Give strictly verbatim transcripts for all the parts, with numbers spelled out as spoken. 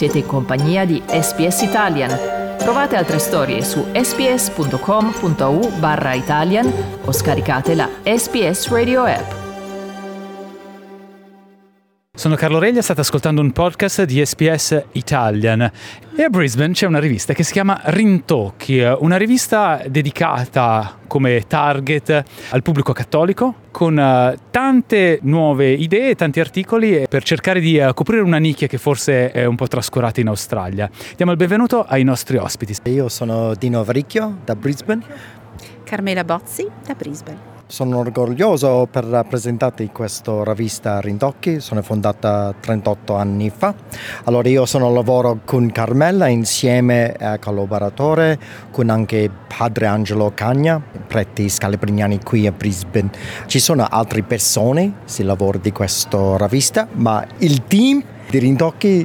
Siete in compagnia di S B S Italian. Trovate altre storie su sbs.com.au barra Italian o scaricate la S B S Radio app. Sono Carlo Reglia, state ascoltando un podcast di S B S Italian e a Brisbane c'è una rivista che si chiama Rintocchi, una rivista dedicata come target al pubblico cattolico con uh, tante nuove idee, tanti articoli per cercare di uh, coprire una nicchia che forse è un po' trascurata in Australia. Diamo il benvenuto ai nostri ospiti. Io sono Dino Varicchio da Brisbane. Carmela Bozzi da Brisbane. Sono orgoglioso per rappresentare questa rivista Rintocchi, sono fondata trentotto anni fa. Allora io sono lavoro con Carmela insieme a collaboratore con anche padre Angelo Cagna, preti scalabrignani qui a Brisbane. Ci sono altre persone che lavorano di questa rivista, ma il team di Rintocchi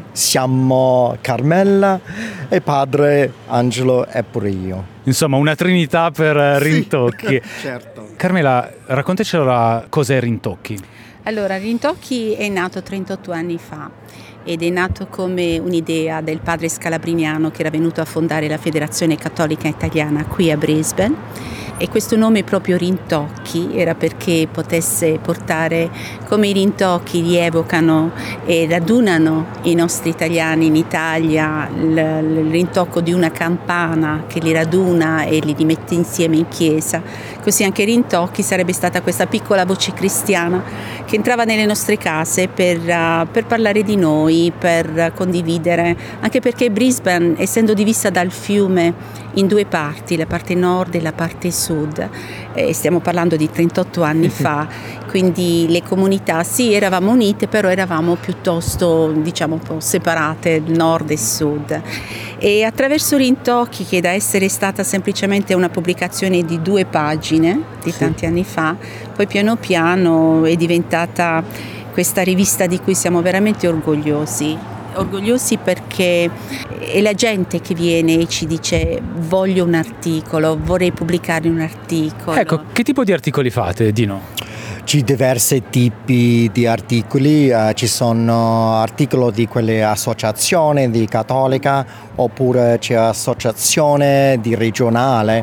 siamo Carmela e padre Angelo e pure io. Insomma, una trinità per Rintocchi. Sì, certo. Carmela, raccontaci allora cos'è Rintocchi. Allora, Rintocchi è nato trentotto anni fa ed è nato come un'idea del padre scalabriniano che era venuto a fondare la Federazione Cattolica Italiana qui a Brisbane. E questo nome proprio Rintocchi era perché potesse portare, come i rintocchi rievocano e radunano i nostri italiani in Italia, il, il rintocco di una campana che li raduna e li rimette insieme in chiesa, così anche Rintocchi sarebbe stata questa piccola voce cristiana che entrava nelle nostre case per, uh, per parlare di noi, per condividere, anche perché Brisbane, essendo divisa dal fiume in due parti, la parte nord e la parte sud, eh, stiamo parlando di trentotto anni fa, quindi le comunità sì eravamo unite, però eravamo piuttosto diciamo un po' separate, nord e sud. E attraverso Rintocchi, che da essere stata semplicemente una pubblicazione di due pagine di sì. tanti anni fa, poi piano piano è diventata questa rivista di cui siamo veramente orgogliosi. Orgogliosi perché è la gente che viene e ci dice voglio un articolo, vorrei pubblicare un articolo. Ecco, che tipo di articoli fate, Dino? Ci sono diversi tipi di articoli, uh, ci sono articoli di quelle associazioni di cattolica, oppure c'è associazione di regionale,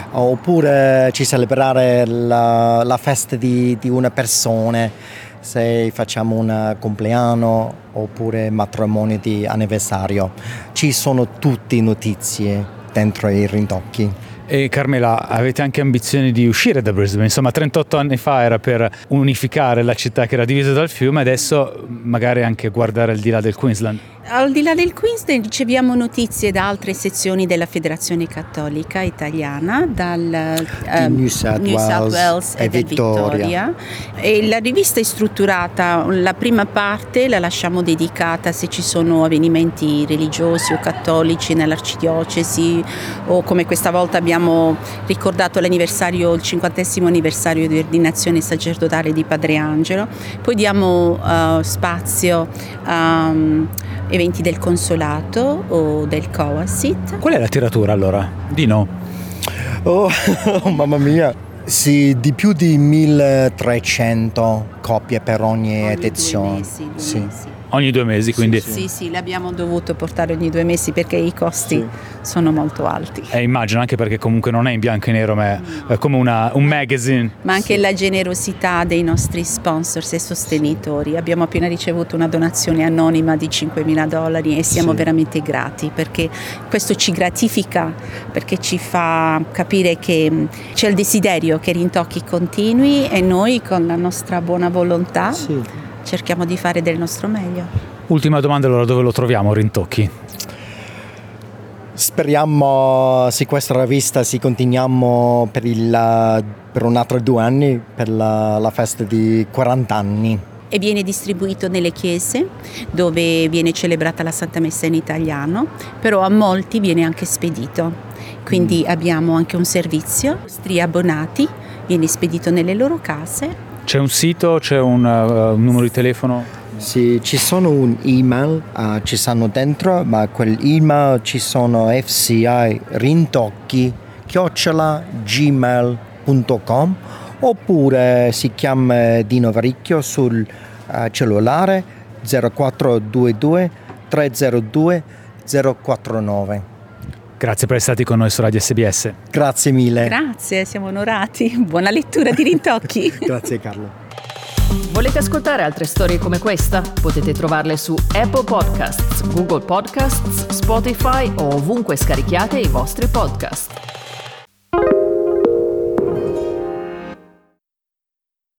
oppure ci celebrare la, la festa di, di una persona, se facciamo un compleanno oppure matrimonio di anniversario. Ci sono tutte notizie dentro i Rintocchi. E Carmela, avete anche ambizioni di uscire da Brisbane? Insomma, trentotto anni fa era per unificare la città che era divisa dal fiume, adesso magari anche guardare al di là del Queensland. Al di là del Queensland riceviamo notizie da altre sezioni della Federazione Cattolica Italiana, dal um, New South, New Wales, South Wales e, e del Victoria. E la rivista è strutturata, la prima parte la lasciamo dedicata se ci sono avvenimenti religiosi o cattolici nell'arcidiocesi, o come questa volta abbiamo ricordato l'anniversario, il cinquantesimo anniversario di ordinazione sacerdotale di Padre Angelo. Poi diamo uh, spazio a um, eventi del consolato o del COASIT. Qual è la tiratura allora? Dino? Oh, oh mamma mia, sì, di più di milletrecento copie per ogni, ogni edizione. Due mesi, due sì. mesi. Ogni due mesi, quindi? Sì, sì, sì, l'abbiamo dovuto portare ogni due mesi perché i costi sì. sono molto alti. E immagino, anche perché comunque non è in bianco e nero, ma è come una, un magazine. Ma anche sì. la generosità dei nostri sponsors e sostenitori. Abbiamo appena ricevuto una donazione anonima di cinquemila dollari e siamo sì. veramente grati, perché questo ci gratifica, perché ci fa capire che c'è il desiderio che Rintocchi continui e noi con la nostra buona volontà sì. cerchiamo di fare del nostro meglio. Ultima domanda allora, dove lo troviamo Rintocchi? Speriamo se questa rivista si continuiamo per, il, per un altro due anni, per la, la festa di quaranta anni. E viene distribuito nelle chiese dove viene celebrata la Santa Messa in italiano, però a molti viene anche spedito. Quindi mm. abbiamo anche un servizio, i nostri abbonati viene spedito nelle loro case. C'è un sito, c'è un, uh, un numero di telefono? Sì, ci sono un email, uh, ci stanno dentro, ma quell'email ci sono F C I rintocchi chiocciola gmail punto com, oppure si chiama Dino Varicchio sul uh, cellulare zero quattro due due tre zero due zero quattro nove. Grazie per essere stati con noi su Radio S B S. Grazie mille. Grazie, siamo onorati. Buona lettura di Rintocchi. Grazie Carlo. Volete ascoltare altre storie come questa? Potete trovarle su Apple Podcasts, Google Podcasts, Spotify o ovunque scarichiate i vostri podcast.